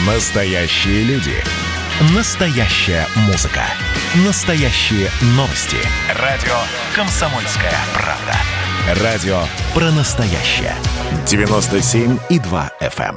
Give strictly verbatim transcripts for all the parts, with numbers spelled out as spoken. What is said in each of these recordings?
Настоящие люди. Настоящая музыка. Настоящие новости. Радио «Комсомольская правда». Радио про настоящее. девяносто семь и два эф эм.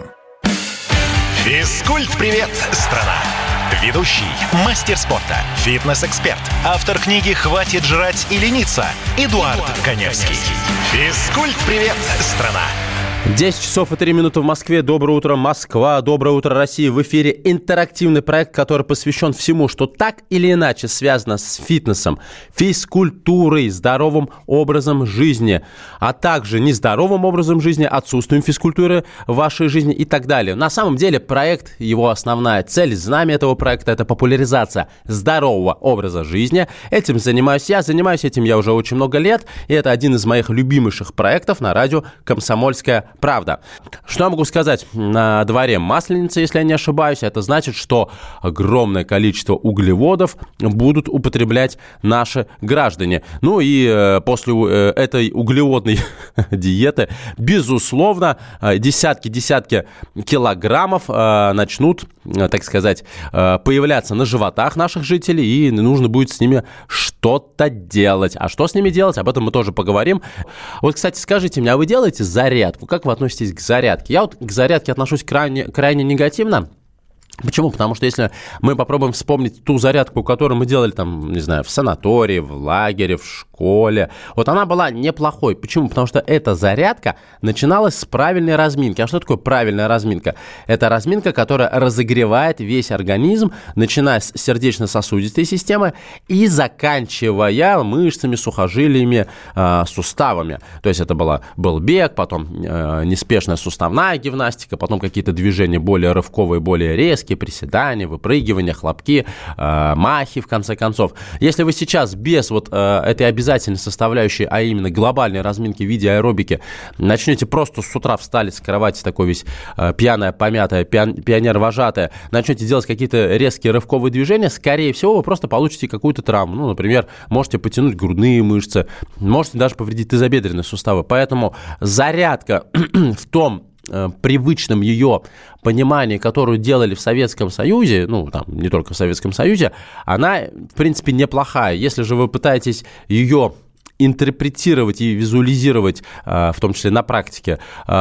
Физкульт-привет, страна! Ведущий, мастер спорта, фитнес-эксперт, автор книги «Хватит жрать и лениться» Эдуард Коневский. Физкульт-привет, страна! десять часов и три минуты в Москве. Доброе утро, Москва. Доброе утро, Россия. В эфире интерактивный проект, который посвящен всему, что так или иначе связано с фитнесом, физкультурой, здоровым образом жизни, а также нездоровым образом жизни, отсутствием физкультуры в вашей жизни и так далее. На самом деле проект, его основная цель, знамя этого проекта – это популяризация здорового образа жизни. Этим занимаюсь я. Занимаюсь этим я уже очень много лет. И это один из моих любимейших проектов на радио «Комсомольская правда». Что я могу сказать? На дворе Масленица, если я не ошибаюсь. Это значит, что огромное количество углеводов будут употреблять наши граждане. Ну и э, после э, этой углеводной диеты, безусловно, десятки-десятки килограммов э, начнут, э, так сказать, э, появляться на животах наших жителей, и нужно будет с ними что-то делать. А что с ними делать? Об этом мы тоже поговорим. Вот, кстати, скажите мне, а вы делаете зарядку? Как вы относитесь к зарядке? Я вот к зарядке отношусь крайне, крайне негативно. Почему? Потому что если мы попробуем вспомнить ту зарядку, которую мы делали там, не знаю, в санатории, в лагере, в школе, вот она была неплохой. Почему? Потому что эта зарядка начиналась с правильной разминки. А что такое правильная разминка? Это разминка, которая разогревает весь организм, начиная с сердечно-сосудистой системы и заканчивая мышцами, сухожилиями, э, суставами. То есть это была, был бег, потом э, неспешная суставная гимнастика, потом какие-то движения более рывковые, более резкие, приседания, выпрыгивания, хлопки, э, махи, в конце концов. Если вы сейчас без вот э, этой обязательной составляющей, а именно глобальной разминки в виде аэробики, начнете просто с утра встали с кровати, такой весь э, пьяная, помятая, пион, пионер-вожатая, начнете делать какие-то резкие рывковые движения, скорее всего, вы просто получите какую-то травму. Ну, например, можете потянуть грудные мышцы, можете даже повредить тазобедренные суставы. Поэтому зарядка в том привычном ее понимании, которую делали в Советском Союзе, ну, там, не только в Советском Союзе, она, в принципе, неплохая. Если же вы пытаетесь ее интерпретировать и визуализировать, в том числе на практике,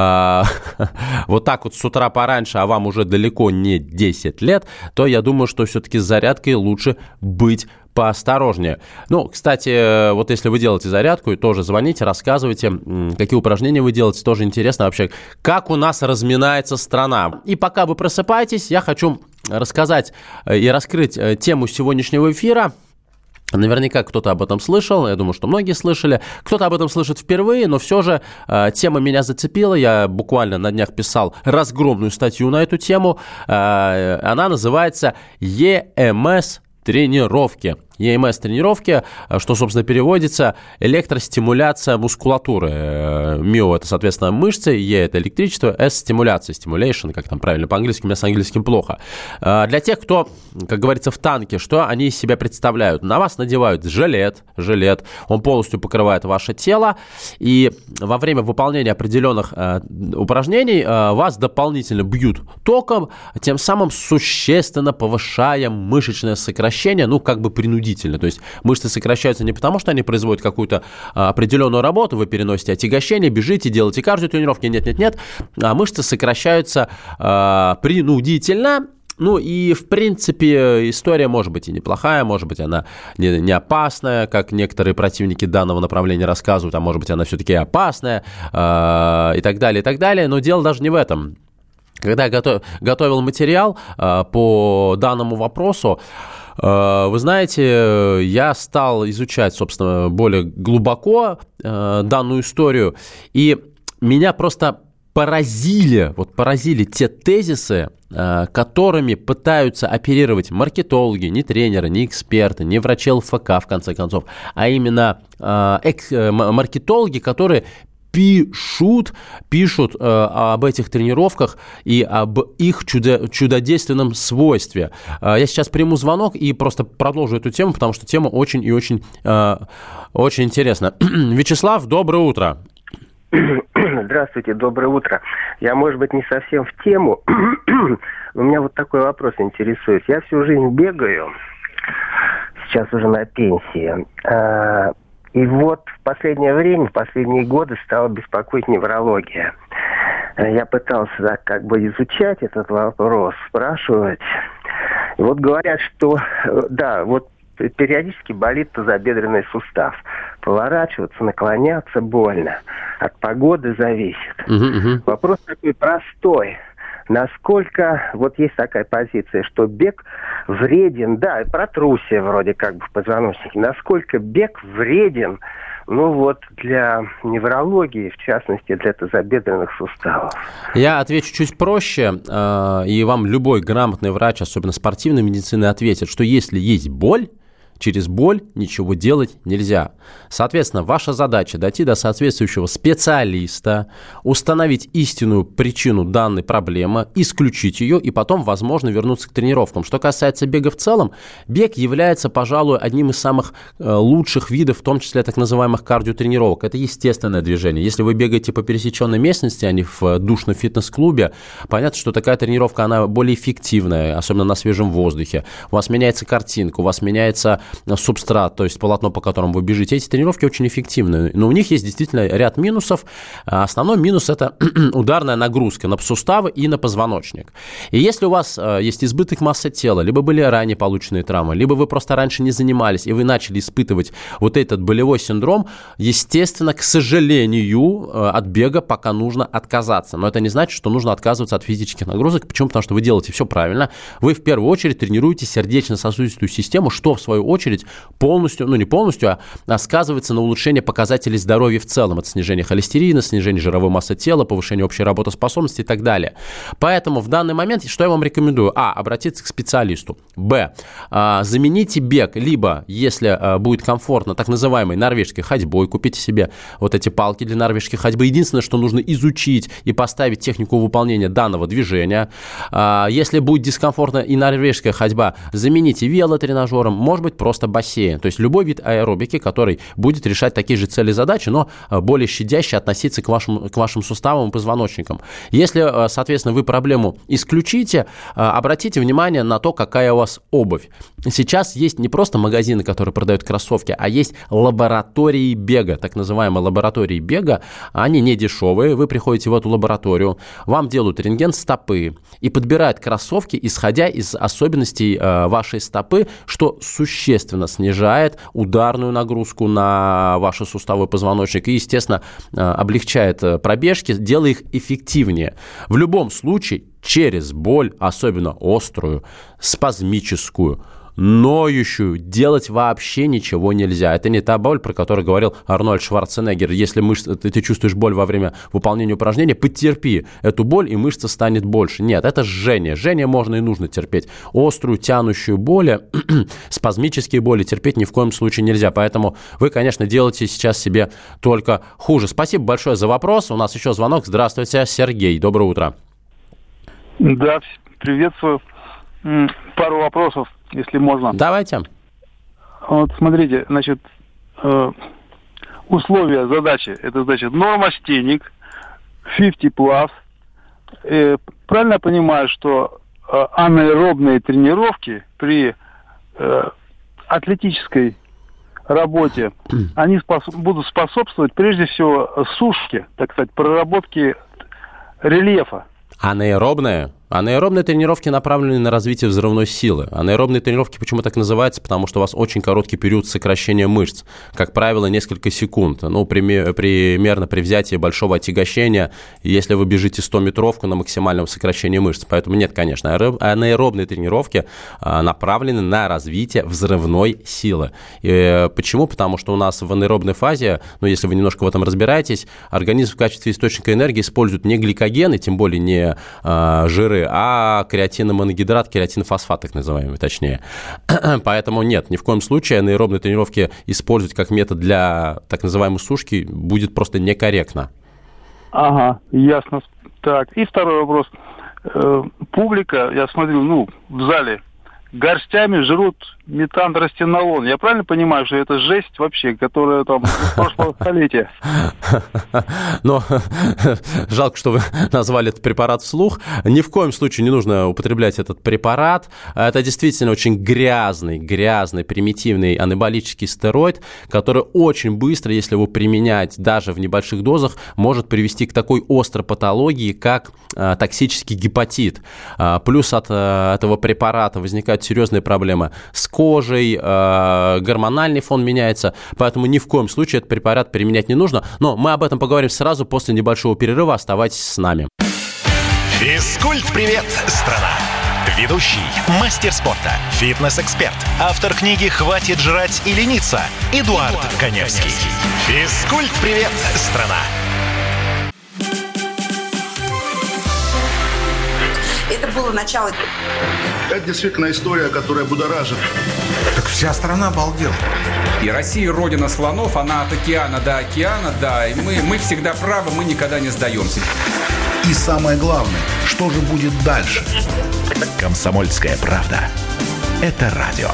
вот так вот с утра пораньше, а вам уже далеко не десять лет, то я думаю, что все-таки с зарядкой лучше быть поосторожнее. Ну, кстати, вот если вы делаете зарядку, тоже звоните, рассказывайте, какие упражнения вы делаете, тоже интересно вообще, как у нас разминается страна. И пока вы просыпаетесь, я хочу рассказать и раскрыть тему сегодняшнего эфира. Наверняка кто-то об этом слышал, я думаю, что многие слышали. Кто-то об этом слышит впервые, но все же э, тема меня зацепила. Я буквально на днях писал разгромную статью на эту тему. Э, она называется «и эм эс-тренировки». и эм эс-тренировки, что, собственно, переводится электростимуляция мускулатуры. Мио – это, соответственно, мышцы, Е – это электричество, С – стимуляция, stimulation, как там правильно по-английски, у меня с английским плохо. Для тех, кто, как говорится, в танке, что они из себя представляют? На вас надевают жилет, жилет, он полностью покрывает ваше тело, и во время выполнения определенных упражнений вас дополнительно бьют током, тем самым существенно повышая мышечное сокращение, ну, как бы принудительно. То есть мышцы сокращаются не потому, что они производят какую-то а, определенную работу, вы переносите отягощение, бежите, делаете кардиотренировки, нет-нет-нет, а мышцы сокращаются а, принудительно. Ну и, в принципе, история может быть и неплохая, может быть, она не, не опасная, как некоторые противники данного направления рассказывают, а может быть, она все-таки опасная а, и так далее, и так далее. Но дело даже не в этом. Когда я готов, готовил материал а, по данному вопросу, вы знаете, я стал изучать, собственно, более глубоко э, данную историю, и меня просто поразили, вот поразили те тезисы, э, которыми пытаются оперировать маркетологи, не тренеры, не эксперты, не врачи эл эф ка, в конце концов, а именно э, экс, э, маркетологи, которые пишут, пишут э, об этих тренировках и об их чудо, чудодейственном свойстве. Э, я сейчас приму звонок и просто продолжу эту тему, потому что тема очень и очень, э, очень интересна. Вячеслав, доброе утро. Здравствуйте, доброе утро. Я, может быть, не совсем в тему, У меня вот такой вопрос интересует. Я всю жизнь бегаю, сейчас уже на пенсии. И вот в последнее время, в последние годы стала беспокоить неврология. Я пытался так, как бы изучать этот вопрос, спрашивать. И вот говорят, что да, вот периодически болит тазобедренный сустав. Поворачиваться, наклоняться больно. От погоды зависит. Uh-huh, uh-huh. Вопрос такой простой. Насколько, вот есть такая позиция, что бег вреден, да, протрузия вроде как бы в позвоночнике. Насколько бег вреден, ну вот, для неврологии, в частности, для тазобедренных суставов? Я отвечу чуть проще, и вам любой грамотный врач, особенно спортивной медицины, ответит, что если есть боль, через боль ничего делать нельзя. Соответственно, ваша задача дойти до соответствующего специалиста, установить истинную причину данной проблемы, исключить ее и потом, возможно, вернуться к тренировкам. Что касается бега в целом, бег является, пожалуй, одним из самых э, лучших видов, в том числе так называемых кардиотренировок. Это естественное движение. Если вы бегаете по пересеченной местности, а не в душном фитнес-клубе, понятно, что такая тренировка, она более эффективная, особенно на свежем воздухе. У вас меняется картинка, у вас меняется субстрат, то есть полотно, по которому вы бежите. Эти тренировки очень эффективны, но у них есть действительно ряд минусов. Основной минус – это ударная нагрузка на суставы и на позвоночник. И если у вас есть избыток массы тела, либо были ранее полученные травмы, либо вы просто раньше не занимались, и вы начали испытывать вот этот болевой синдром, естественно, к сожалению, от бега пока нужно отказаться. Но это не значит, что нужно отказываться от физических нагрузок. Почему? Потому что вы делаете все правильно. Вы в первую очередь тренируете сердечно-сосудистую систему, что в свою очередь полностью, ну не полностью, а сказывается на улучшении показателей здоровья в целом. Это снижение холестерина, снижение жировой массы тела, повышение общей работоспособности и так далее. Поэтому в данный момент, что я вам рекомендую? А. Обратиться к специалисту. Б. Замените бег, либо, если будет комфортно, так называемой норвежской ходьбой. Купите себе вот эти палки для норвежской ходьбы. Единственное, что нужно изучить и поставить технику выполнения данного движения. Если будет дискомфортно и норвежская ходьба, замените велотренажером, может быть, просто бассейн. То есть любой вид аэробики, который будет решать такие же цели и задачи, но более щадяще относиться к вашим, к вашим суставам и позвоночникам. Если, соответственно, вы проблему исключите, обратите внимание на то, какая у вас обувь. Сейчас есть не просто магазины, которые продают кроссовки, а есть лаборатории бега, так называемые лаборатории бега. Они не дешевые. Вы приходите в эту лабораторию, вам делают рентген стопы и подбирают кроссовки, исходя из особенностей вашей стопы, что существенно снижает ударную нагрузку на ваши суставы и позвоночник и, естественно, облегчает пробежки, делая их эффективнее. В любом случае, через боль, особенно острую, спазмическую, ноющую, делать вообще ничего нельзя. Это не та боль, про которую говорил Арнольд Шварценеггер. Если мышца, ты, ты чувствуешь боль во время выполнения упражнения, потерпи эту боль, и мышца станет больше. Нет, это жжение. Жжение можно и нужно терпеть. Острую, тянущую боль, спазмические боли терпеть ни в коем случае нельзя. Поэтому вы, конечно, делаете сейчас себе только хуже. Спасибо большое за вопрос. У нас еще звонок. Здравствуйте, Сергей. Доброе утро. Да, приветствую. Пару вопросов, если можно. Давайте. Вот смотрите, значит, э, условия задачи. Это, значит, норма стеник, пятьдесят плюс. Э, правильно я понимаю, что э, анаэробные тренировки при э, атлетической работе, они спос- будут способствовать прежде всего сушке, так сказать, проработке рельефа. Анаэробные? Анаэробные тренировки направлены на развитие взрывной силы. Анаэробные тренировки почему так называются? Потому что у вас очень короткий период сокращения мышц. Как правило, несколько секунд. Ну, примерно при взятии большого отягощения, если вы бежите сто-метровку на максимальном сокращении мышц. Поэтому нет, конечно, анаэробные тренировки направлены на развитие взрывной силы. И почему? Потому что у нас в анаэробной фазе, ну, если вы немножко в этом разбираетесь, организм в качестве источника энергии использует не гликогены, тем более не а, жиры, а креатиномоногидрат, кератинофосфат, так называемый, точнее. Поэтому нет, ни в коем случае анаэробные тренировки использовать как метод для так называемой сушки будет просто некорректно. Ага, ясно. Так, и второй вопрос. Э, публика, я смотрю, ну, в зале горстями жрут метандростенолон. Я правильно понимаю, что это жесть вообще, которая там с прошлого столетия? Но жалко, что вы назвали этот препарат вслух. Ни в коем случае не нужно употреблять этот препарат. Это действительно очень грязный, грязный, примитивный анаболический стероид, который очень быстро, если его применять даже в небольших дозах, может привести к такой острой патологии, как э, токсический гепатит. Э, плюс от э, этого препарата возникают серьезные проблемы с кожей, э, гормональный фон меняется, поэтому ни в коем случае этот препарат применять не нужно. Но мы об этом поговорим сразу после небольшого перерыва. Оставайтесь с нами. Физкульт-привет, страна! Ведущий, мастер спорта, фитнес-эксперт, автор книги «Хватит жрать и лениться» Эдуард, Эдуард Коневский. Физкульт-привет, страна! Это было начало. Это действительно история, которая будоражит. Так вся страна обалдела. И Россия родина слонов, она от океана до океана, да, и мы, мы всегда правы, мы никогда не сдаемся. И самое главное, что же будет дальше? Комсомольская правда. Это радио.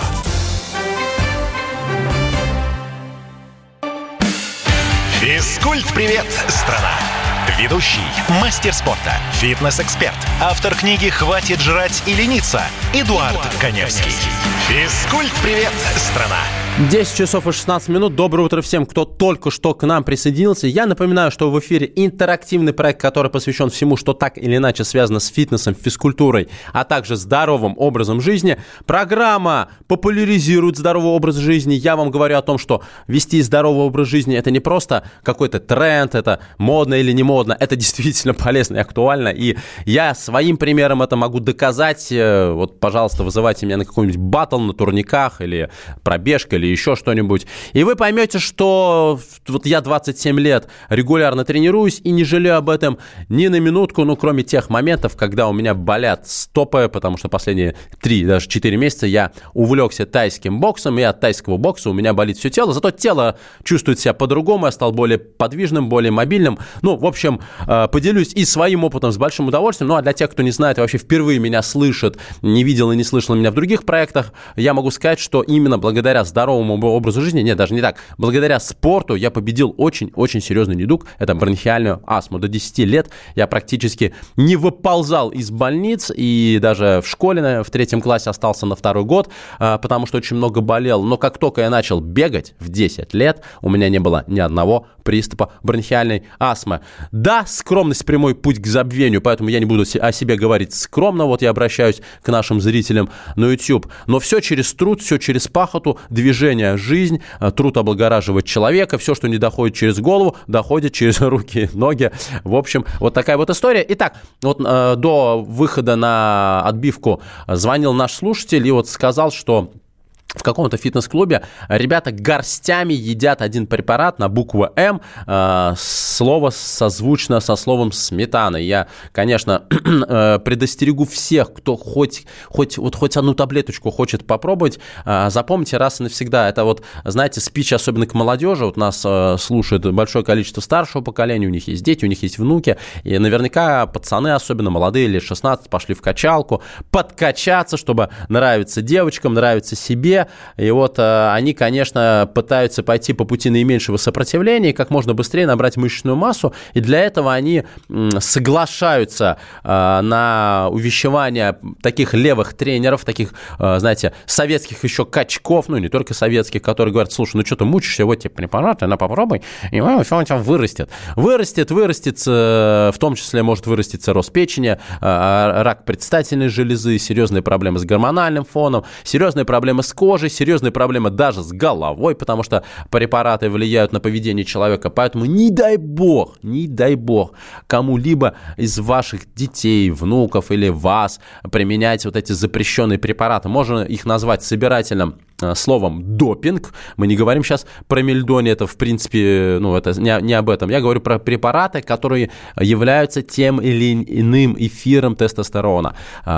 Физкульт-привет, страна! Ведущий, мастер спорта, фитнес-эксперт, автор книги «Хватит жрать и лениться» Эдуард, Эдуард Коневский. Физкульт-привет, страна! десять часов и шестнадцать минут. Доброе утро всем, кто только что к нам присоединился. Я напоминаю, что в эфире интерактивный проект, который посвящен всему, что так или иначе связано с фитнесом, физкультурой, а также здоровым образом жизни. Программа популяризирует здоровый образ жизни. Я вам говорю о том, что вести здоровый образ жизни – это не просто какой-то тренд, это модно или не модно. Это действительно полезно и актуально. И я своим примером это могу доказать. Вот, пожалуйста, вызывайте меня на какой-нибудь баттл на турниках или пробежка, или еще что-нибудь. И вы поймете, что вот я двадцать семь лет регулярно тренируюсь и не жалею об этом ни на минутку, ну, кроме тех моментов, когда у меня болят стопы, потому что последние три, даже четыре месяца я увлекся тайским боксом, и от тайского бокса у меня болит все тело, зато тело чувствует себя по-другому, я стал более подвижным, более мобильным. Ну, в общем, поделюсь и своим опытом с большим удовольствием. Ну, а для тех, кто не знает, вообще впервые меня слышит, не видел и не слышал меня в других проектах, я могу сказать, что именно благодаря здоровому образу жизни, нет, даже не так, благодаря спорту я победил очень-очень серьезный недуг, это бронхиальную астму. До десяти лет я практически не выползал из больниц, и даже в школе в третьем классе остался на второй год, потому что очень много болел. Но как только я начал бегать в десять лет, у меня не было ни одного приступа бронхиальной астмы. Да, скромность — прямой путь к забвению, поэтому я не буду о себе говорить скромно, вот я обращаюсь к нашим зрителям на YouTube. Но все через труд, все через пахоту, движение, жизнь, труд облагораживает человека, все, что не доходит через голову, доходит через руки, ноги. В общем, вот такая вот история. Итак, вот э, до выхода на отбивку звонил наш слушатель и вот сказал, что в каком-то фитнес-клубе ребята горстями едят один препарат на букву «М», э, слово созвучно со словом «сметана». Я, конечно, предостерегу всех, кто хоть, хоть, вот, хоть одну таблеточку хочет попробовать, э, запомните раз и навсегда. Это вот, знаете, спич особенно к молодежи. Вот нас э, слушает большое количество старшего поколения, у них есть дети, у них есть внуки, и наверняка пацаны, особенно молодые, лет шестнадцать, пошли в качалку, подкачаться, чтобы нравиться девочкам, нравиться себе. И вот э, они, конечно, пытаются пойти по пути наименьшего сопротивления и как можно быстрее набрать мышечную массу. И для этого они м, соглашаются э, на увещевание таких левых тренеров, таких, э, знаете, советских еще качков, ну, не только советских, которые говорят: слушай, ну что ты мучишься, вот тебе препараты, на попробуй, и все у тебя вырастет. Вырастет, вырастет, э, в том числе может вырастить цирроз печени, э, рак предстательной железы, серьезные проблемы с гормональным фоном, серьезные проблемы с кожей, серьезные проблемы даже с головой, потому что препараты влияют на поведение человека. Поэтому не дай бог, не дай бог кому-либо из ваших детей, внуков или вас применять вот эти запрещенные препараты. Можно их назвать собирательным словом допинг. Мы не говорим сейчас про мельдони, это в принципе, ну, это не, не об этом. Я говорю про препараты, которые являются тем или иным эфиром тестостерона.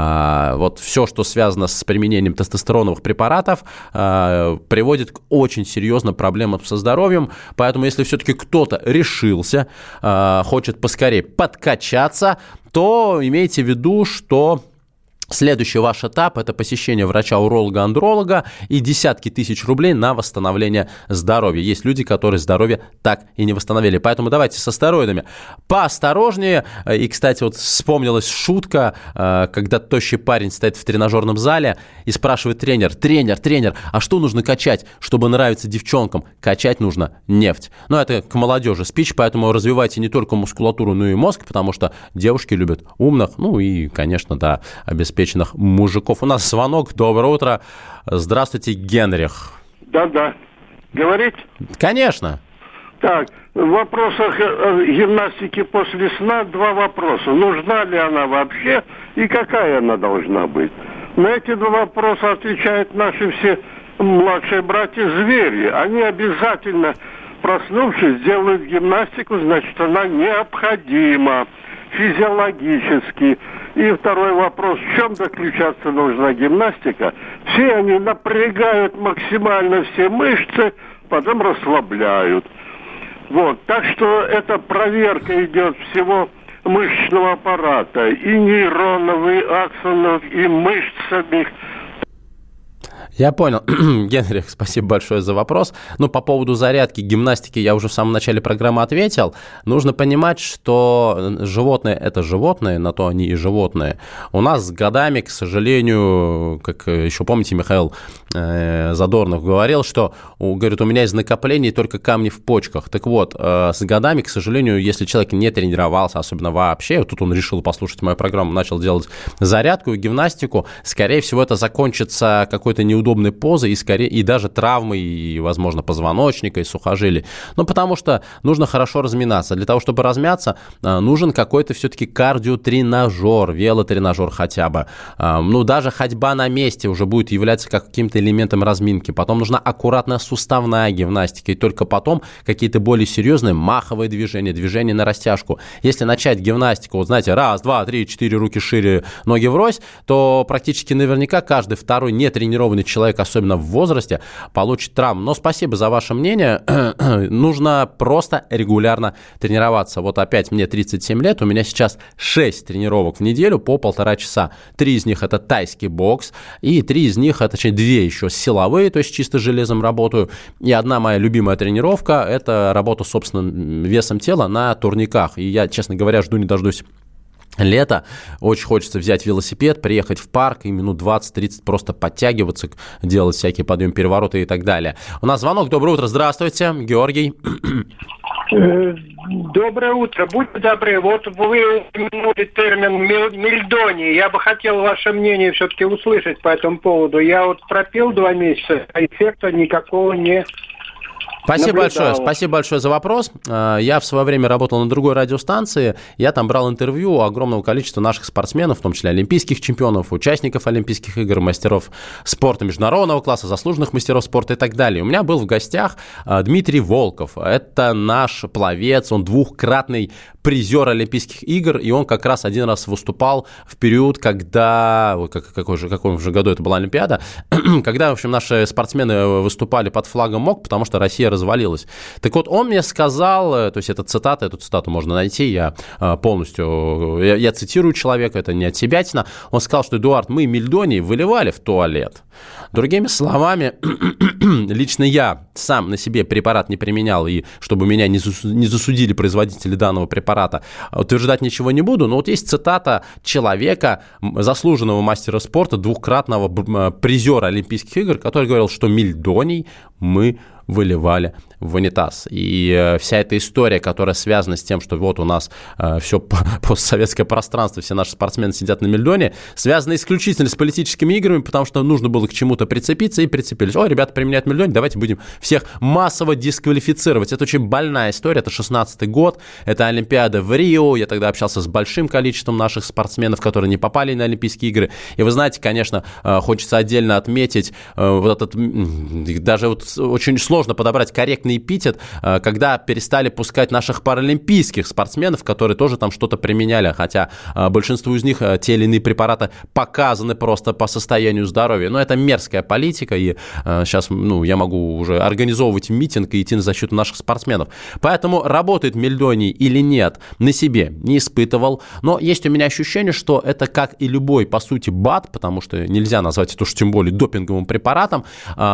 А, вот все, что связано с применением тестостероновых препаратов, а, приводит к очень серьезным проблемам со здоровьем. Поэтому, если все-таки кто-то решился, а, хочет поскорее подкачаться, то имейте в виду, что Следующий ваш этап – это посещение врача-уролога-андролога и десятки тысяч рублей на восстановление здоровья. Есть люди, которые здоровье так и не восстановили. Поэтому давайте со стероидами поосторожнее. И, кстати, вот вспомнилась шутка, когда тощий парень стоит в тренажерном зале и спрашивает тренер: тренер, тренер, а что нужно качать, чтобы нравиться девчонкам? Качать нужно нефть. Ну, это к молодежи спич, поэтому развивайте не только мускулатуру, но и мозг, потому что девушки любят умных, ну и, конечно, да, обеспеченных мужиков. У нас звонок. Доброе утро. Здравствуйте, Генрих. Да-да. Говорить? Конечно. Так, в вопросах гимнастики после сна два вопроса. Нужна ли она вообще и какая она должна быть? На эти два вопроса отвечают наши все младшие братья-звери. Они обязательно, проснувшись, делают гимнастику, значит, она необходима физиологически. И второй вопрос: в чем заключаться должна гимнастика? Все они напрягают максимально все мышцы, потом расслабляют. Вот, так что эта проверка идет всего мышечного аппарата, и нейронов, и аксонов, и мышц самих. Я понял. Генрих, спасибо большое за вопрос. Ну, по поводу зарядки, гимнастики я уже в самом начале программы ответил. Нужно понимать, что животные – это животные, на то они и животные. У нас с годами, к сожалению, как еще помните, Михаил э, Задорнов говорил, что, говорит, у меня есть накопление только камни в почках. Так вот, э, с годами, к сожалению, если человек не тренировался, особенно вообще, вот тут он решил послушать мою программу, начал делать зарядку и гимнастику, скорее всего, это закончится какой-то неудобной удобной позы и, скорее, и даже травмы, и, возможно, позвоночника, и сухожилий. Ну, потому что нужно хорошо разминаться. Для того, чтобы размяться, нужен какой-то все-таки кардиотренажер, велотренажер хотя бы. Ну, даже ходьба на месте уже будет являться каким-то элементом разминки. Потом нужна аккуратная суставная гимнастика, и только потом какие-то более серьезные маховые движения, движения на растяжку. Если начать гимнастику, вот знаете, раз, два, три, четыре, руки шире, ноги врозь, то практически наверняка каждый второй нетренированный человек, особенно в возрасте, получит травму. Но спасибо за ваше мнение. Нужно просто регулярно тренироваться. Вот опять мне тридцать семь лет, у меня сейчас шесть тренировок в неделю по полтора часа. Три из них это тайский бокс, и три из них, точнее две еще силовые, то есть чисто железом работаю. И одна моя любимая тренировка – это работа с собственным весом тела на турниках. И я, честно говоря, жду не дождусь лето. Очень хочется взять велосипед, приехать в парк и минут двадцать-тридцать просто подтягиваться, делать всякие подъем, перевороты и так далее. У нас звонок. Доброе утро. Здравствуйте. Георгий. Доброе утро. Будьте добры. Вот вы упомянули термин мельдоний. Я бы хотел ваше мнение все-таки услышать по этому поводу. Я вот пропил два месяца, а эффекта никакого не... Спасибо наблюдал. большое, спасибо большое за вопрос. Я в свое время работал на другой радиостанции, я там брал интервью у огромного количества наших спортсменов, в том числе олимпийских чемпионов, участников Олимпийских игр, мастеров спорта международного класса, заслуженных мастеров спорта и так далее. У меня был в гостях Дмитрий Волков, это наш пловец, он двухкратный призер Олимпийских игр, и он как раз один раз выступал в период, когда, как, какой же, каком же году это была Олимпиада, когда, в общем, наши спортсмены выступали под флагом МОК, потому что Россия развалилась. Так вот, он мне сказал, то есть это цитата, эту цитату можно найти, я полностью, я, я цитирую человека, это не от себятина, он сказал, что, Эдуард, мы мельдоний выливали в туалет. Другими словами, лично я сам на себе препарат не применял, и чтобы меня не засудили производители данного препарата, утверждать ничего не буду, но вот есть цитата человека, заслуженного мастера спорта, двухкратного призера Олимпийских игр, который говорил, что мельдоний мы выливали в унитаз. И вся эта история, которая связана с тем, что вот у нас э, все постсоветское пространство, все наши спортсмены сидят на мельдоне, связана исключительно с политическими играми, потому что нужно было к чему-то прицепиться, и прицепились. О, ребята применяют мельдоне, давайте будем всех массово дисквалифицировать. Это очень больная история, это шестнадцатый год, это Олимпиада в Рио, я тогда общался с большим количеством наших спортсменов, которые не попали на Олимпийские игры. И вы знаете, конечно, хочется отдельно отметить э, вот этот, даже вот очень сложный сложно подобрать корректный эпитет, когда перестали пускать наших паралимпийских спортсменов, которые тоже там что-то применяли, хотя большинству из них те или иные препараты показаны просто по состоянию здоровья. Но это мерзкая политика, и сейчас ну, я могу уже организовывать митинг и идти на защиту наших спортсменов. Поэтому работает мельдоний или нет, на себе не испытывал. Но есть у меня ощущение, что это как и любой, по сути, БАД, потому что нельзя назвать это уж тем более допинговым препаратом,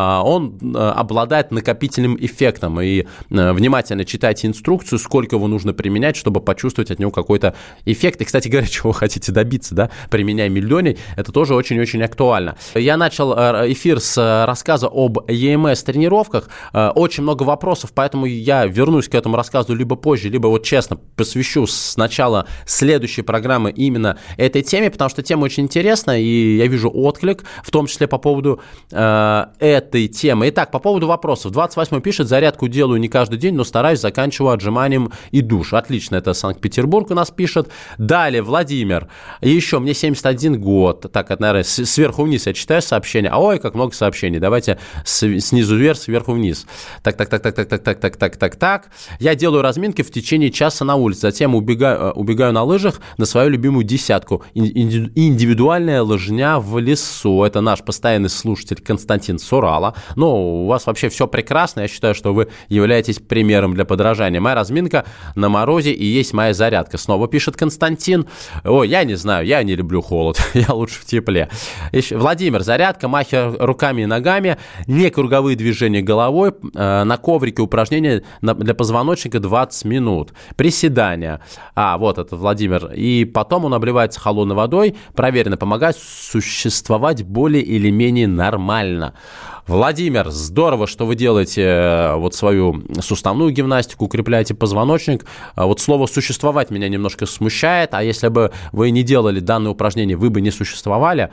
он обладает накопительным эффектом. И внимательно читайте инструкцию, сколько его нужно применять, чтобы почувствовать от него какой-то эффект. И, кстати говоря, чего вы хотите добиться, да, применяя мельдоний, это тоже очень-очень актуально. Я начал эфир с рассказа об и эм эс-тренировках. Очень много вопросов, поэтому я вернусь к этому рассказу либо позже, либо вот честно посвящу сначала следующей программы именно этой теме, потому что тема очень интересная, и я вижу отклик, в том числе по поводу э, этой темы. Итак, по поводу вопросов. двадцать восьмой пишет: зарядку делаю не каждый день, но стараюсь, заканчиваю отжиманием и душ. Отлично, это Санкт-Петербург у нас пишет. Далее, Владимир. Еще, мне семьдесят один год. Так, это, наверное, сверху вниз я читаю сообщение. А ой, как много сообщений. Давайте снизу вверх, сверху вниз. Так, так, так, так, так, так, так, так, так, так, так. Я делаю разминки в течение часа на улице, затем убегаю, убегаю на лыжах на свою любимую десятку. Индивидуальная лыжня в лесу. Это наш постоянный слушатель Константин с Урала. Ну, у вас вообще все прекрасно. Я считаю, что вы являетесь примером для подражания. Моя разминка на морозе и есть моя зарядка. Снова пишет Константин. Ой, я не знаю, я не люблю холод. Я лучше в тепле. Еще, Владимир, зарядка, махи руками и ногами, не круговые движения головой, э, на коврике упражнения для позвоночника двадцать минут. Приседания. А, вот это Владимир. И потом он обливается холодной водой. Проверено, помогает существовать более или менее нормально. Владимир, здорово, что вы делаете вот свою суставную гимнастику, укрепляете позвоночник. Вот слово «существовать» меня немножко смущает, а если бы вы не делали данное упражнение, вы бы не существовали.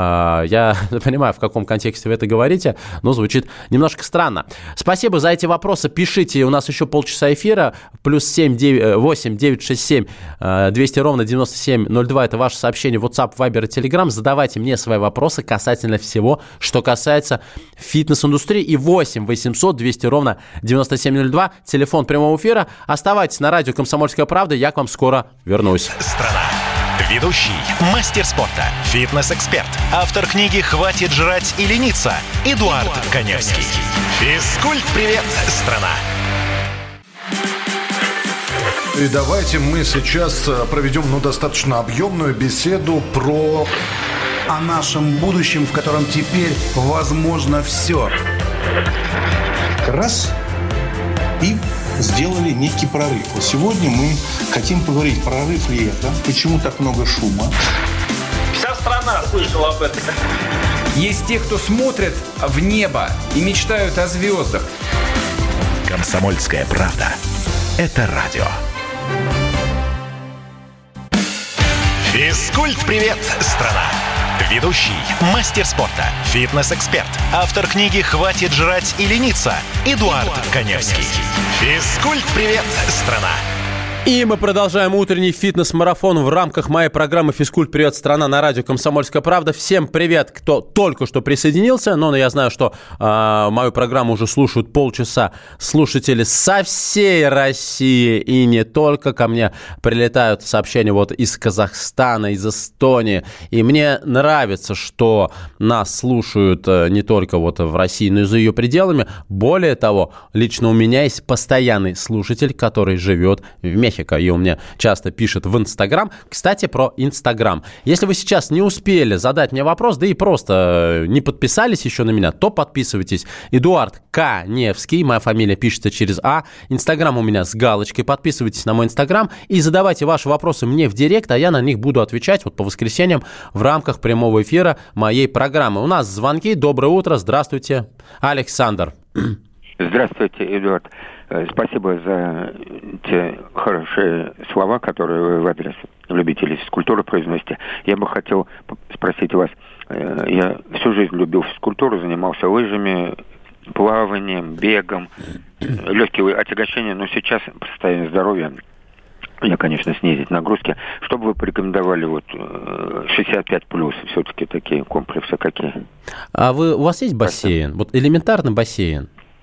Я понимаю, в каком контексте вы это говорите, но звучит немножко странно. Спасибо за эти вопросы. Пишите, у нас еще полчаса эфира. Плюс семь восемь девятьсот шестьдесят семь двести ровно девяносто семь ноль два. Это ваше сообщение в WhatsApp, Viber и Telegram. Задавайте мне свои вопросы касательно всего, что касается фитнес-индустрии. И восемь восемьсот двести ровно девяносто семь ноль два. Телефон прямого эфира. Оставайтесь на радио «Комсомольская правда». Я к вам скоро вернусь. Страна. Ведущий, мастер спорта, фитнес-эксперт, автор книги «Хватит жрать и лениться» Эдуард, Эдуард Коневский. Физкульт-привет, страна. И давайте мы сейчас проведем ну, достаточно объемную беседу про... о нашем будущем, в котором теперь возможно все. Раз и сделали некий прорыв. Вот сегодня мы хотим поговорить, прорыв ли это, почему так много шума. Вся страна слышала об этом. Есть те, кто смотрит в небо и мечтают о звездах. «Комсомольская правда» — это радио. Физкульт-привет, страна! Ведущий, мастер спорта, фитнес-эксперт, автор книги «Хватит жрать и лениться» Эдуард, Эдуард Коневский. Физкульт-привет, страна! И мы продолжаем утренний фитнес-марафон в рамках моей программы «Физкульт. Привет, страна» на радио «Комсомольская правда». Всем привет, кто только что присоединился. Но я знаю, что э, мою программу уже слушают полчаса слушатели со всей России. И не только. Ко мне прилетают сообщения вот из Казахстана, из Эстонии. И мне нравится, что нас слушают не только вот в России, но и за ее пределами. Более того, лично у меня есть постоянный слушатель, который живет в Мехико. И он мне часто пишет в Инстаграм. Кстати, про Инстаграм. Если вы сейчас не успели задать мне вопрос, да и просто не подписались еще на меня, то подписывайтесь. Эдуард Коневский, моя фамилия пишется через А. Инстаграм у меня с галочкой. Подписывайтесь на мой Инстаграм и задавайте ваши вопросы мне в директ, а я на них буду отвечать вот по воскресеньям в рамках прямого эфира моей программы. У нас звонки. Доброе утро. Здравствуйте. Александр. Здравствуйте, Эдуард. Спасибо за те хорошие слова, которые вы в адрес любителей физкультуры произносите. Я бы хотел спросить вас. Я всю жизнь любил физкультуру, занимался лыжами, плаванием, бегом, легкие отягощения, но сейчас по состоянию здоровья я, конечно, снизить нагрузки. Что бы вы порекомендовали вот шестьдесят пять плюс, все-таки такие комплексы какие? А вы, у вас есть бассейн? Вот элементарный бассейн? Да,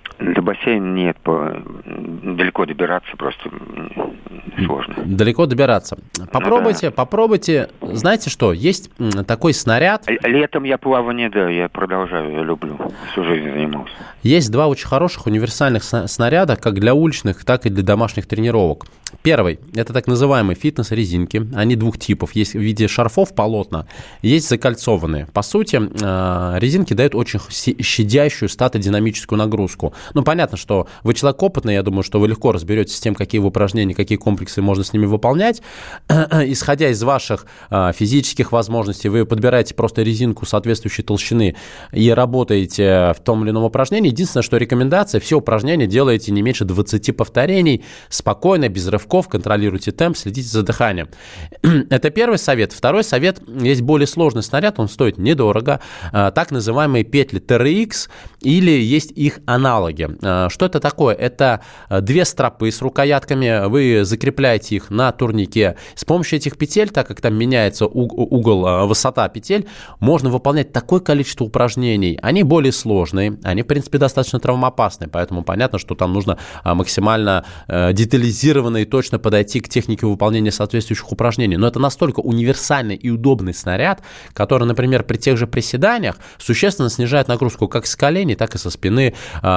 бассейн нет, по... далеко добираться просто сложно. Далеко добираться. Попробуйте, ну, да. попробуйте. Знаете что, есть такой снаряд. Летом я плавание, да, я продолжаю, я люблю. Всю жизнь занимался. Есть два очень хороших универсальных снаряда, как для уличных, так и для домашних тренировок. Первый – это так называемые фитнес-резинки. Они двух типов. Есть в виде шарфов полотна, есть закольцованные. По сути, резинки дают очень щадящую статодинамическую нагрузку. Ну, понятно, что вы человек опытный, я думаю, что вы легко разберетесь с тем, какие упражнения, какие комплексы можно с ними выполнять. Исходя из ваших физических возможностей, вы подбираете просто резинку соответствующей толщины и работаете в том или ином упражнении. Единственное, что рекомендация – все упражнения делаете не меньше двадцати повторений, спокойно, без рывков, контролируйте темп, следите за дыханием. Это первый совет. Второй совет. Есть более сложный снаряд, он стоит недорого. Так называемые петли ти ар икс или есть их аналоги. Что это такое? Это две стропы с рукоятками. Вы закрепляете их на турнике. С помощью этих петель, так как там меняется угол, высота петель, можно выполнять такое количество упражнений. Они более сложные, они, в принципе, достаточно травмоопасны, поэтому понятно, что там нужно максимально детализированно и точно подойти к технике выполнения соответствующих упражнений. Но это настолько универсальный и удобный снаряд, который, например, при тех же приседаниях существенно снижает нагрузку как с коленей, так и со спины,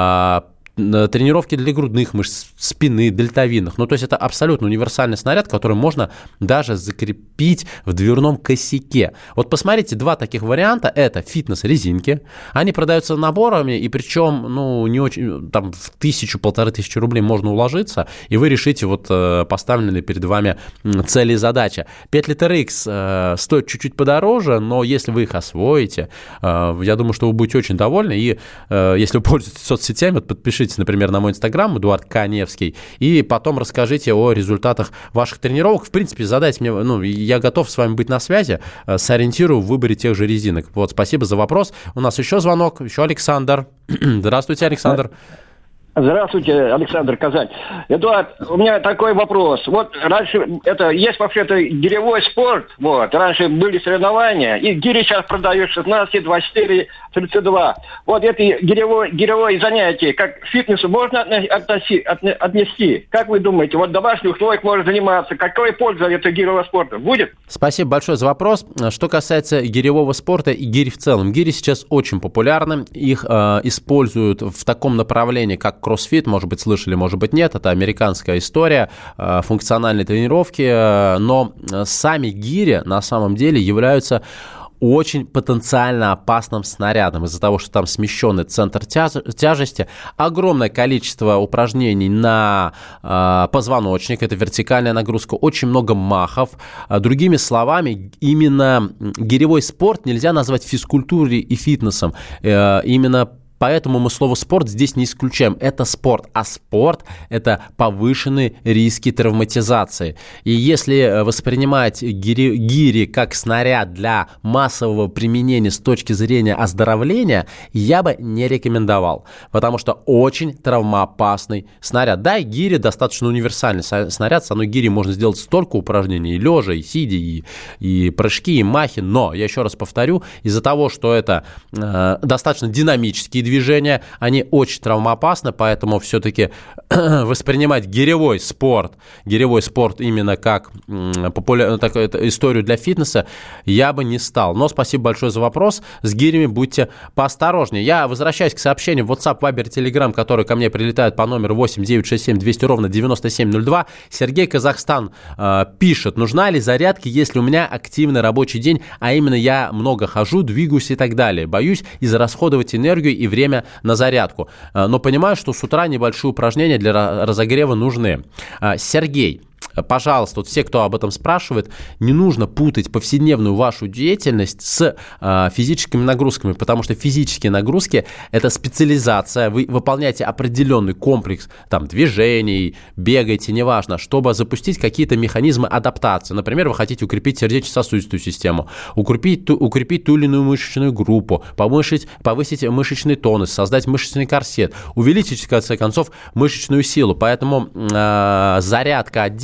тренировки для грудных мышц, спины, дельтовидных. Ну, то есть это абсолютно универсальный снаряд, который можно даже закрепить в дверном косяке. Вот посмотрите, два таких варианта. Это фитнес-резинки. Они продаются наборами, и причем, ну, не очень, там, в тысячу, полторы тысячи рублей можно уложиться, и вы решите вот поставленные перед вами цели и задачи. Петли ти ар икс э, стоят чуть-чуть подороже, но если вы их освоите, э, я думаю, что вы будете очень довольны, и э, если вы пользуетесь соцсетями, вот подпишитесь, например, на мой инстаграм, Эдуард Каневский, и потом расскажите о результатах ваших тренировок. В принципе, задайте мне, ну, я готов с вами быть на связи, сориентирую в выборе тех же резинок. Вот, спасибо за вопрос. У нас еще звонок, еще Александр. Здравствуйте, Александр. Здравствуйте, Александр, Казань. Эдуард, у меня такой вопрос. Вот раньше, это есть вообще-то гиревой спорт, вот, раньше были соревнования, и гири сейчас продают шестнадцать, двадцать четыре, тридцать два. Вот это гиревое, гиревое занятие, как к фитнесу можно отнести, отнести? Как вы думаете, вот домашних условиях можно заниматься, какой польза этого гиревого спорта будет? Спасибо большое за вопрос. Что касается гиревого спорта и гири в целом, гири сейчас очень популярны, их э, используют в таком направлении, как кроссфит, может быть, слышали, может быть, нет. Это американская история, функциональные тренировки, но сами гири на самом деле являются очень потенциально опасным снарядом из-за того, что там смещенный центр тяжести, огромное количество упражнений на э, позвоночник, это вертикальная нагрузка, очень много махов. Другими словами, именно гиревой спорт нельзя назвать физкультурой и фитнесом. Э, именно Поэтому мы слово «спорт» здесь не исключаем. Это спорт, а спорт – это повышенные риски травматизации. И если воспринимать гири, гири как снаряд для массового применения с точки зрения оздоровления, я бы не рекомендовал, потому что очень травмоопасный снаряд. Да, и гири достаточно универсальный снаряд, с одной гири можно сделать столько упражнений, и лежа, и сидя, и, и прыжки, и махи, но, я еще раз повторю, из-за того, что это э, достаточно динамические движения, движения, они очень травмоопасны, поэтому все-таки воспринимать гиревой спорт, гиревой спорт именно как популяр... так, это, историю для фитнеса я бы не стал. Но спасибо большое за вопрос. С гирями будьте поосторожнее. Я возвращаюсь к сообщениям в WhatsApp, Viber, Telegram, которые ко мне прилетают по номеру восемь девятьсот шестьдесят семь двести ровно девяносто семь ноль два. Сергей, Казахстан, э, пишет: нужна ли зарядка, если у меня активный рабочий день, а именно я много хожу, двигаюсь и так далее. Боюсь израсходовать энергию и время на зарядку. Но понимаю, что с утра небольшие упражнения для разогрева нужны. Сергей, пожалуйста, вот все, кто об этом спрашивает, не нужно путать повседневную вашу деятельность с э, физическими нагрузками, потому что физические нагрузки – это специализация, вы выполняете определенный комплекс там, движений, бегаете, неважно, чтобы запустить какие-то механизмы адаптации. Например, вы хотите укрепить сердечно-сосудистую систему, укрепить ту, укрепить ту или иную мышечную группу, повысить, повысить мышечный тонус, создать мышечный корсет, увеличить, в конце концов, мышечную силу. Поэтому э, зарядка отдельно,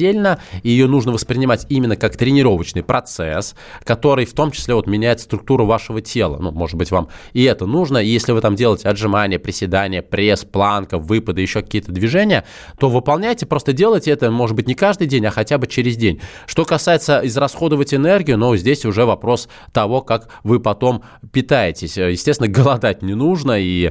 отдельно, и ее нужно воспринимать именно как тренировочный процесс, который в том числе вот меняет структуру вашего тела. Ну, может быть, вам и это нужно. И если вы там делаете отжимания, приседания, пресс, планка, выпады, еще какие-то движения, то выполняйте, просто делайте это, может быть, не каждый день, а хотя бы через день. Что касается израсходовать энергию, ну, здесь уже вопрос того, как вы потом питаетесь. Естественно, голодать не нужно, и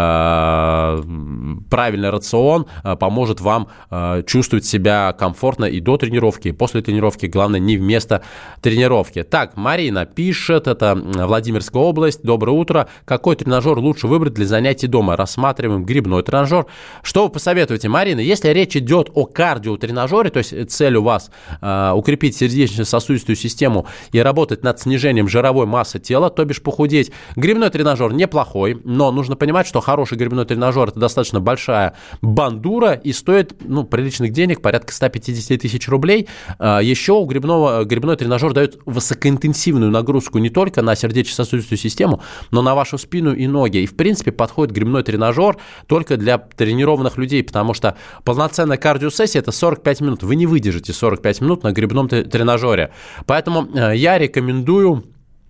э, правильный рацион э, поможет вам э, чувствовать себя комфортно и до тренировки, и после тренировки, главное, не вместо тренировки. Так, Марина пишет, это Владимирская область, доброе утро. Какой тренажер лучше выбрать для занятий дома? Рассматриваем грибной тренажер. Что вы посоветуете, Марина? Если речь идет о кардиотренажере, то есть цель у вас э, укрепить сердечно-сосудистую систему и работать над снижением жировой массы тела, то бишь похудеть, грибной тренажер неплохой, но нужно понимать, что хороший грибной тренажер – это достаточно большая бандура и стоит, ну, приличных денег, порядка сто пятьдесят тысяч рублей. Еще у грибного, грибной тренажер дает высокоинтенсивную нагрузку не только на сердечно-сосудистую систему, но на вашу спину и ноги. И, в принципе, подходит грибной тренажер только для тренированных людей, потому что полноценная кардиосессия – это сорок пять минут. Вы не выдержите сорок пять минут на грибном тренажере. Поэтому я рекомендую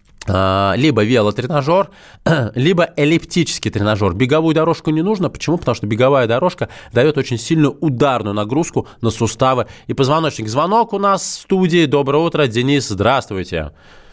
либо велотренажер, либо эллиптический тренажер. Беговую дорожку не нужно. Почему? Потому что беговая дорожка дает очень сильную ударную нагрузку на суставы и позвоночник. Звонок у нас в студии. Доброе утро, Денис, здравствуйте.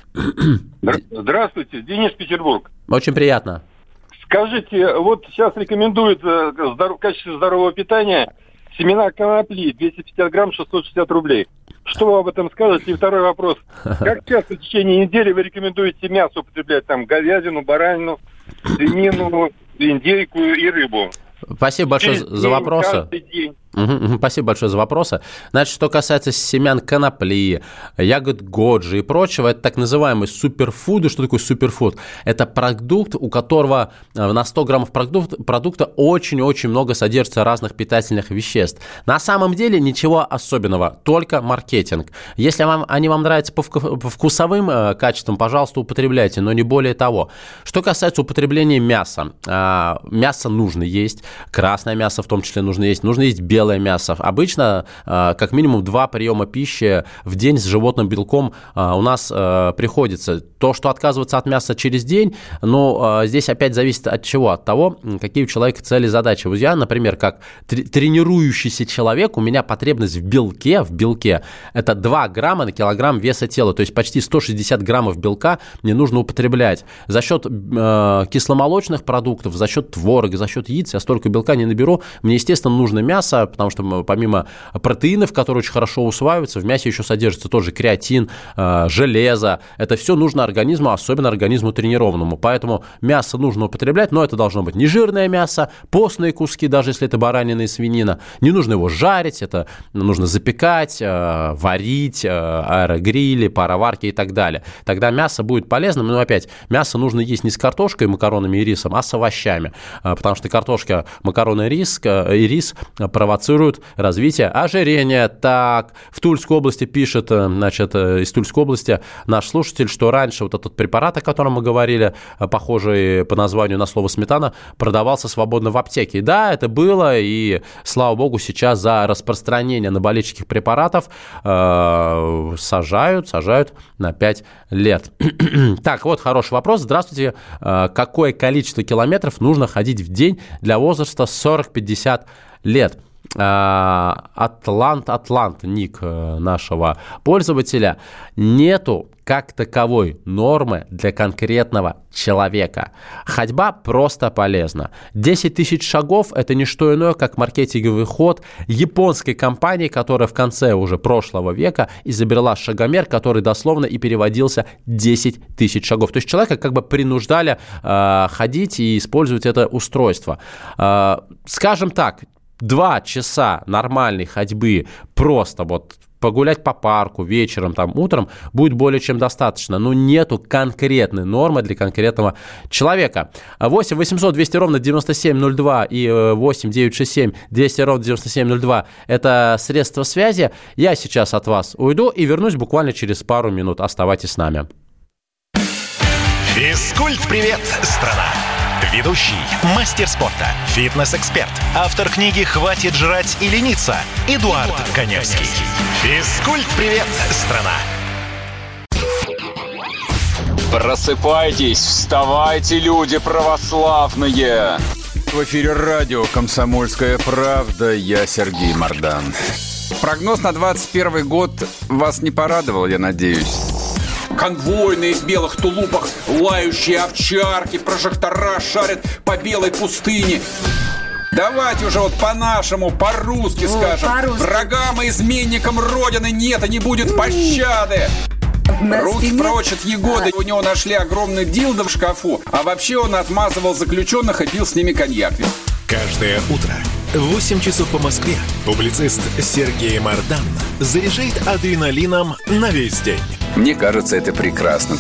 Здравствуйте, Денис, Петербург. Очень приятно. Скажите, вот сейчас рекомендуют в качестве здорового питания семена конопли, двести пятьдесят грамм, шестьсот шестьдесят рублей. Что вы об этом скажете? И второй вопрос. Как часто в течение недели вы рекомендуете мясо употреблять? Там говядину, баранину, свинину, индейку и рыбу? Спасибо большое Через за день, вопросы. каждый день. Угу, спасибо большое за вопросы. Значит, что касается семян конопли, ягод годжи и прочего, это так называемые суперфуды. Что такое суперфуд? Это продукт, у которого на сто граммов продукт, продукта очень-очень много содержится разных питательных веществ. На самом деле ничего особенного, только маркетинг. Если вам, они вам нравятся по, по вкусовым э, качествам, пожалуйста, употребляйте, но не более того. Что касается употребления мяса, э, мясо нужно есть, красное мясо в том числе нужно есть, нужно есть белое белое мясо. Обычно как минимум два приема пищи в день с животным белком у нас приходится. То, что отказываться от мяса через день, ну, здесь опять зависит от чего? От того, какие у человека цели и задачи. Вот я, например, как тренирующийся человек, у меня потребность в белке, в белке, это два грамма на килограмм веса тела, то есть почти сто шестьдесят граммов белка мне нужно употреблять. За счет э, кисломолочных продуктов, за счет творога, за счет яиц я столько белка не наберу. Мне, естественно, нужно мясо, потому что помимо протеинов, которые очень хорошо усваиваются, в мясе еще содержится тоже креатин, э, железо. Это все нужно организму, особенно организму тренированному. Поэтому мясо нужно употреблять, но это должно быть не жирное мясо, постные куски, даже если это баранина и свинина. Не нужно его жарить, это нужно запекать, э, варить, э, аэрогриле, пароварки и так далее. Тогда мясо будет полезным. Но опять, мясо нужно есть не с картошкой, макаронами и рисом, а с овощами. Э, потому что картошка, макароны и рис, э, и рис провоцируют развитие ожирения. Так, в Тульской области пишет, значит, из Тульской области наш слушатель, что раньше вот этот препарат, о котором мы говорили, похожий по названию на слово сметана, продавался свободно в аптеке. И да, это было, и, слава богу, сейчас за распространение анаболических препаратов э, сажают, сажают на пять лет. Так, вот хороший вопрос. Здравствуйте. Э, какое количество километров нужно ходить в день для возраста сорок-пятьдесят лет? Атлант, Атлант, ник нашего пользователя. Нету как таковой нормы для конкретного человека. Ходьба просто полезна. десять тысяч шагов – это не что иное, как маркетинговый ход японской компании, которая в конце уже прошлого века изобрела шагомер, который дословно и переводился десять тысяч шагов. То есть человека как бы принуждали э, ходить и использовать это устройство. Э, скажем так, два часа нормальной ходьбы просто вот погулять по парку вечером, там, утром будет более чем достаточно. Но нету конкретной нормы для конкретного человека. восемь восемьсот двести ровно девяносто семь ноль два и восемь девятьсот шестьдесят семь двести ровно девяносто семь ноль два это средства связи. Я сейчас от вас уйду и вернусь буквально через пару минут. Оставайтесь с нами. Физкульт-привет, страна! Ведущий, мастер спорта, фитнес-эксперт, автор книги «Хватит жрать и лениться» Эдуард, Эдуард Коневский. Физкульт-привет, страна! Просыпайтесь, вставайте, люди православные! В эфире радио «Комсомольская правда». Я Сергей Мордан. Прогноз на двадцать первый год вас не порадовал, я надеюсь. Конвойные в белых тулупах, лающие овчарки, прожектора шарят по белой пустыне. Давайте уже вот по-нашему, по-русски вот, скажем. По-русски. Врагам и изменникам Родины нет и не будет пощады. Руки прочь от Егоды. У него нашли огромный дилдо в шкафу. А вообще он отмазывал заключенных и пил с ними коньяк. Каждое утро в восемь часов по Москве публицист Сергей Мордан заряжает адреналином на весь день. Мне кажется, это прекрасно.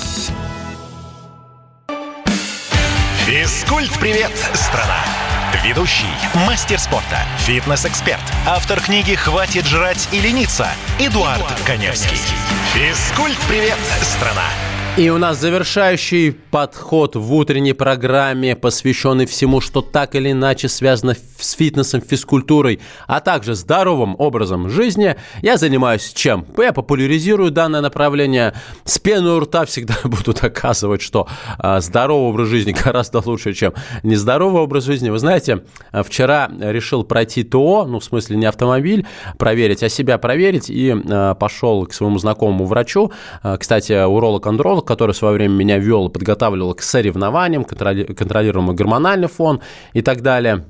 Физкульт-привет, страна! Ведущий, мастер спорта, фитнес-эксперт, автор книги «Хватит жрать и лениться» Эдуард, Эдуард Коневский. Физкульт-привет, страна! И у нас завершающий подход в утренней программе, посвященный всему, что так или иначе связано с фитнесом, физкультурой, а также здоровым образом жизни. Я занимаюсь чем? Я популяризирую данное направление. С пеной у рта всегда буду доказывать, что а, здоровый образ жизни гораздо лучше, чем нездоровый образ жизни. Вы знаете, вчера решил пройти ТО, ну, в смысле, не автомобиль проверить, а себя проверить, и а, пошел к своему знакомому врачу, а, кстати, уролог-андролог, который в свое время меня вел и подготавливал к соревнованиям, контролируемый гормональный фон и так далее.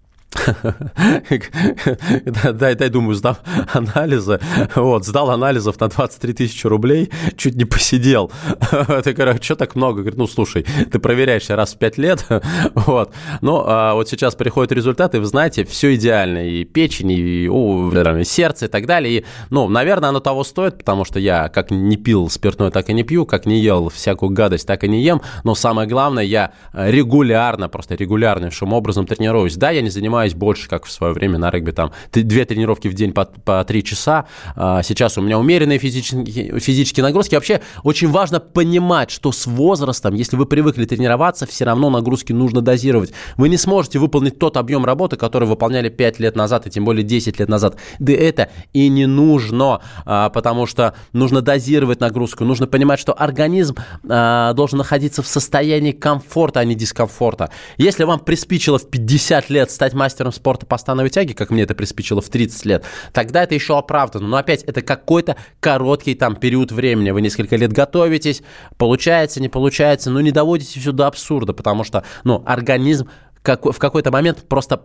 Дай, дай, думаю, сдам анализы. Вот, сдал анализов на двадцать три тысячи рублей, чуть не посидел. Ты говоришь, что так много? Говорит, ну, слушай, ты проверяешься раз в пять лет. Вот. Ну, а вот сейчас приходят результаты, вы знаете, все идеально. И печень, и, о, и сердце, и так далее. И, ну, наверное, оно того стоит, потому что я как не пил спиртное, так и не пью, как не ел всякую гадость, так и не ем. Но самое главное, я регулярно, просто регулярнейшим образом тренируюсь. Да, я не занимаюсь больше, как в свое время на регби, там, две тренировки в день по, по три часа. Сейчас у меня умеренные физические, физические нагрузки. Вообще, очень важно понимать, что с возрастом, если вы привыкли тренироваться, все равно нагрузки нужно дозировать. Вы не сможете выполнить тот объем работы, который выполняли пять лет назад, и тем более десять лет назад. Да это и не нужно, потому что нужно дозировать нагрузку, нужно понимать, что организм должен находиться в состоянии комфорта, а не дискомфорта. Если вам приспичило в пятьдесят лет стать мастером спорта по становой тяге, как мне это приспичило в тридцать лет, тогда это еще оправдано. Но опять, это какой-то короткий там период времени. Вы несколько лет готовитесь, получается, не получается, но не доводите все до абсурда, потому что, ну, организм как, в какой-то момент просто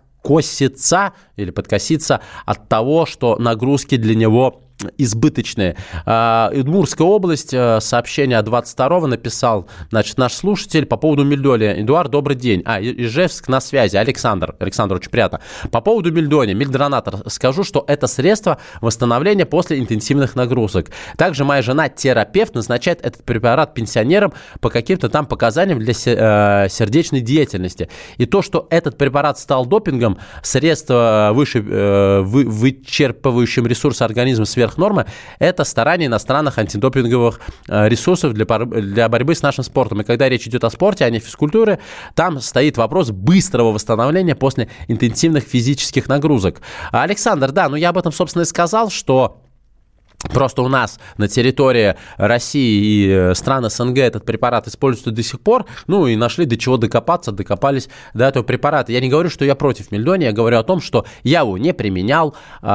подкосится или подкосится от того, что нагрузки для него избыточные. Удмуртская область, сообщение от двадцать второго написал, значит, наш слушатель по поводу Мельдония. Эдуард, добрый день. А, Ижевск на связи. Александр. Александр, очень приятно. По поводу Мельдония. Мельдронатор. Скажу, что это средство восстановления после интенсивных нагрузок. Также моя жена, терапевт, назначает этот препарат пенсионерам по каким-то там показаниям для сердечной деятельности. И то, что этот препарат стал допингом, средство выше, вы, вычерпывающим ресурсы организма сверх нормы, это старание иностранных антидопинговых ресурсов для, для борьбы с нашим спортом. И когда речь идет о спорте, а не физкультуре, там стоит вопрос быстрого восстановления после интенсивных физических нагрузок. Александр, да, ну я об этом, собственно, и сказал, что просто у нас на территории России и стран СНГ этот препарат используется до сих пор, ну и нашли до чего докопаться, докопались до этого препарата. Я не говорю, что я против Мельдония, я говорю о том, что я его не применял,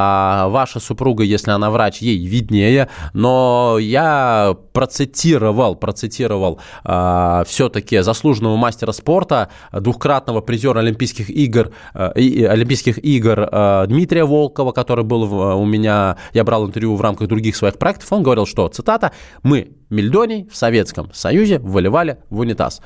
а ваша супруга, если она врач, ей виднее, но я процитировал, процитировал а, все-таки заслуженного мастера спорта, двухкратного призера Олимпийских игр, а, и, Олимпийских игр а, Дмитрия Волкова, который был в, у меня, я брал интервью в рамках других своих проектов, он говорил, что, цитата, «Мы, Мельдоний, в Советском Союзе выливали в унитаз».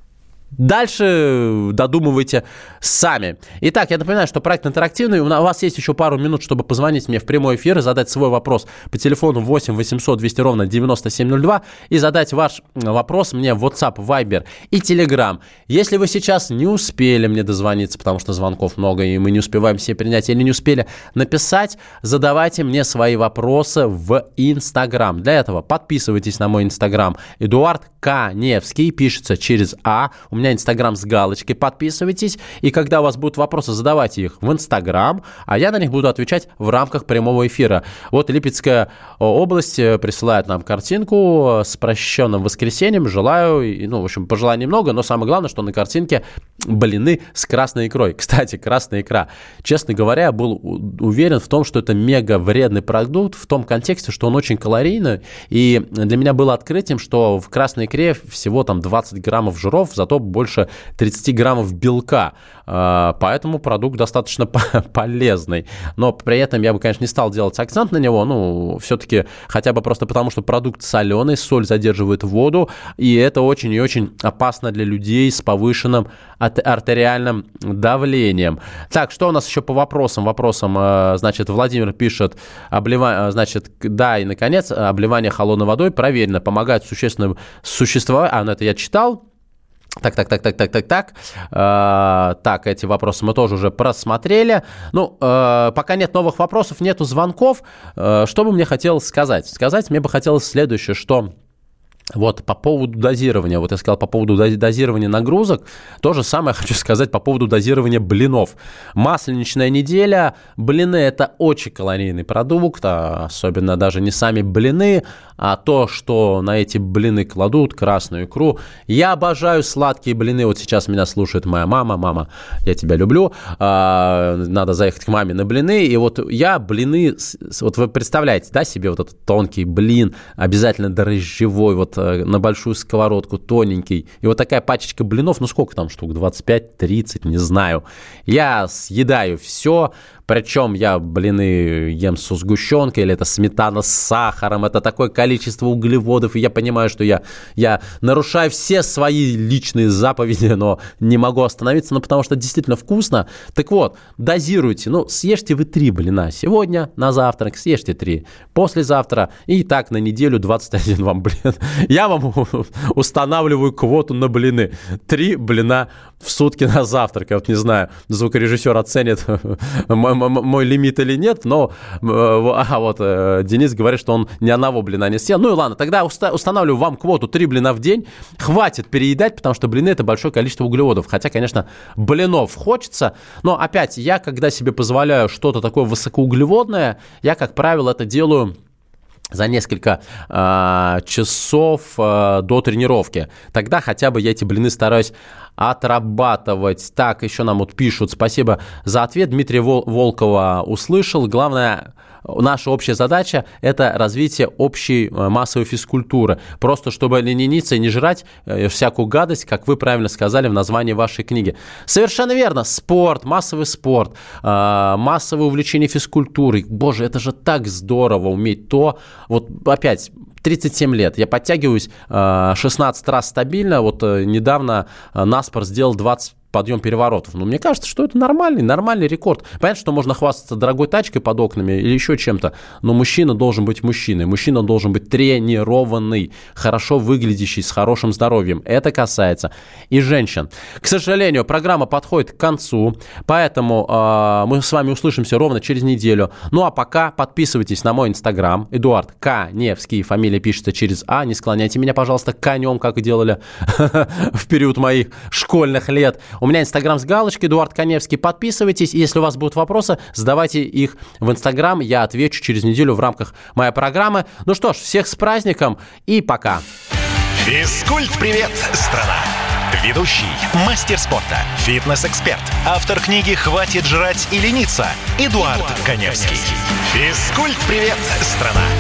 Дальше додумывайте сами. Итак, я напоминаю, что проект интерактивный. У вас есть еще пару минут, чтобы позвонить мне в прямой эфир и задать свой вопрос по телефону восемь восемьсот двести ровно девяносто семь ноль два и задать ваш вопрос мне в WhatsApp, Viber и Telegram. Если вы сейчас не успели мне дозвониться, потому что звонков много, и мы не успеваем все принять, или не успели написать, задавайте мне свои вопросы в Instagram. Для этого подписывайтесь на мой Instagram. Эдуард Коневский, пишется через А. У У меня Инстаграм с галочкой. Подписывайтесь. И когда у вас будут вопросы, задавайте их в Инстаграм, а я на них буду отвечать в рамках прямого эфира. Вот Липецкая область присылает нам картинку с прощенным воскресеньем. Желаю, ну, в общем, пожеланий много, но самое главное, что на картинке блины с красной икрой. Кстати, красная икра. Честно говоря, я был уверен в том, что это мега вредный продукт в том контексте, что он очень калорийный. И для меня было открытием, что в красной икре всего там двадцать граммов жиров, зато больше тридцать граммов белка. Поэтому продукт достаточно полезный. Но при этом я бы, конечно, не стал делать акцент на него. Ну, все-таки хотя бы просто потому, что продукт соленый, соль задерживает воду. И это очень и очень опасно для людей с повышенным артериальным давлением. Так, что у нас еще по вопросам? Вопросам, значит, Владимир пишет, облива... значит, да, и, наконец, обливание холодной водой проверено, помогает существенно существовать. А, ну это я читал. Так, так, так, так, так, так, так. Э, так, эти вопросы мы тоже уже просмотрели. Ну, э, пока нет новых вопросов, нету звонков. Э, что бы мне хотелось сказать? Сказать мне бы хотелось следующее, что... Вот по поводу дозирования, вот я сказал по поводу дозирования нагрузок, то же самое хочу сказать по поводу дозирования блинов. Масленичная неделя, блины – это очень калорийный продукт, особенно даже не сами блины, а то, что на эти блины кладут, красную икру. Я обожаю сладкие блины, вот сейчас меня слушает моя мама, мама, я тебя люблю, надо заехать к маме на блины, и вот я блины, вот вы представляете, да, себе вот этот тонкий блин, обязательно дрожжевой, вот на большую сковородку, тоненький. И вот такая пачечка блинов, ну сколько там штук, двадцать пять тридцать, не знаю. Я съедаю все, причем я блины ем со сгущенкой, или это сметана с сахаром, это такое количество углеводов, и я понимаю, что я, я нарушаю все свои личные заповеди, но не могу остановиться, ну потому что действительно вкусно. Так вот, дозируйте, ну съешьте вы три блина сегодня на завтрак, съешьте три послезавтра, и так на неделю двадцать один вам блин. Я вам устанавливаю квоту на блины. Три блина в сутки на завтрак. Я вот не знаю, звукорежиссер оценит мой, мой, мой лимит или нет, но а вот Денис говорит, что он ни одного блина не съел. Ну и ладно, тогда устанавливаю вам квоту три блина в день. Хватит переедать, потому что блины – это большое количество углеводов. Хотя, конечно, блинов хочется, но опять, я, когда себе позволяю что-то такое высокоуглеводное, я, как правило, это делаю за несколько э, часов э, до тренировки. Тогда хотя бы я эти блины стараюсь отрабатывать. Так, еще нам вот пишут. Спасибо за ответ. Дмитрий Волкова услышал. Главное, наша общая задача – это развитие общей массовой физкультуры. Просто чтобы не лениться и не жрать всякую гадость, как вы правильно сказали в названии вашей книги. Совершенно верно. Спорт, массовый спорт, массовое увлечение физкультурой. Боже, это же так здорово уметь то. Вот опять... тридцать семь лет. Я подтягиваюсь шестнадцать раз стабильно. Вот недавно наспор сделал двадцать подъем переворотов. Но мне кажется, что это нормальный, нормальный рекорд. Понятно, что можно хвастаться дорогой тачкой под окнами или еще чем-то, но мужчина должен быть мужчиной. Мужчина должен быть тренированный, хорошо выглядящий, с хорошим здоровьем. Это касается и женщин. К сожалению, программа подходит к концу, поэтому э, мы с вами услышимся ровно через неделю. Ну а пока подписывайтесь на мой инстаграм. Эдуард Каневский. Фамилия пишется через А. Не склоняйте меня, пожалуйста, к конем, как делали в период моих школьных лет. У меня инстаграм с галочкой, Эдуард Каневский. Подписывайтесь. Если у вас будут вопросы, задавайте их в инстаграм. Я отвечу через неделю в рамках моей программы. Ну что ж, всех с праздником и пока. Физкульт-привет, страна! Ведущий, мастер спорта, фитнес-эксперт, автор книги «Хватит жрать и лениться» Эдуард Каневский. Физкульт-привет, страна!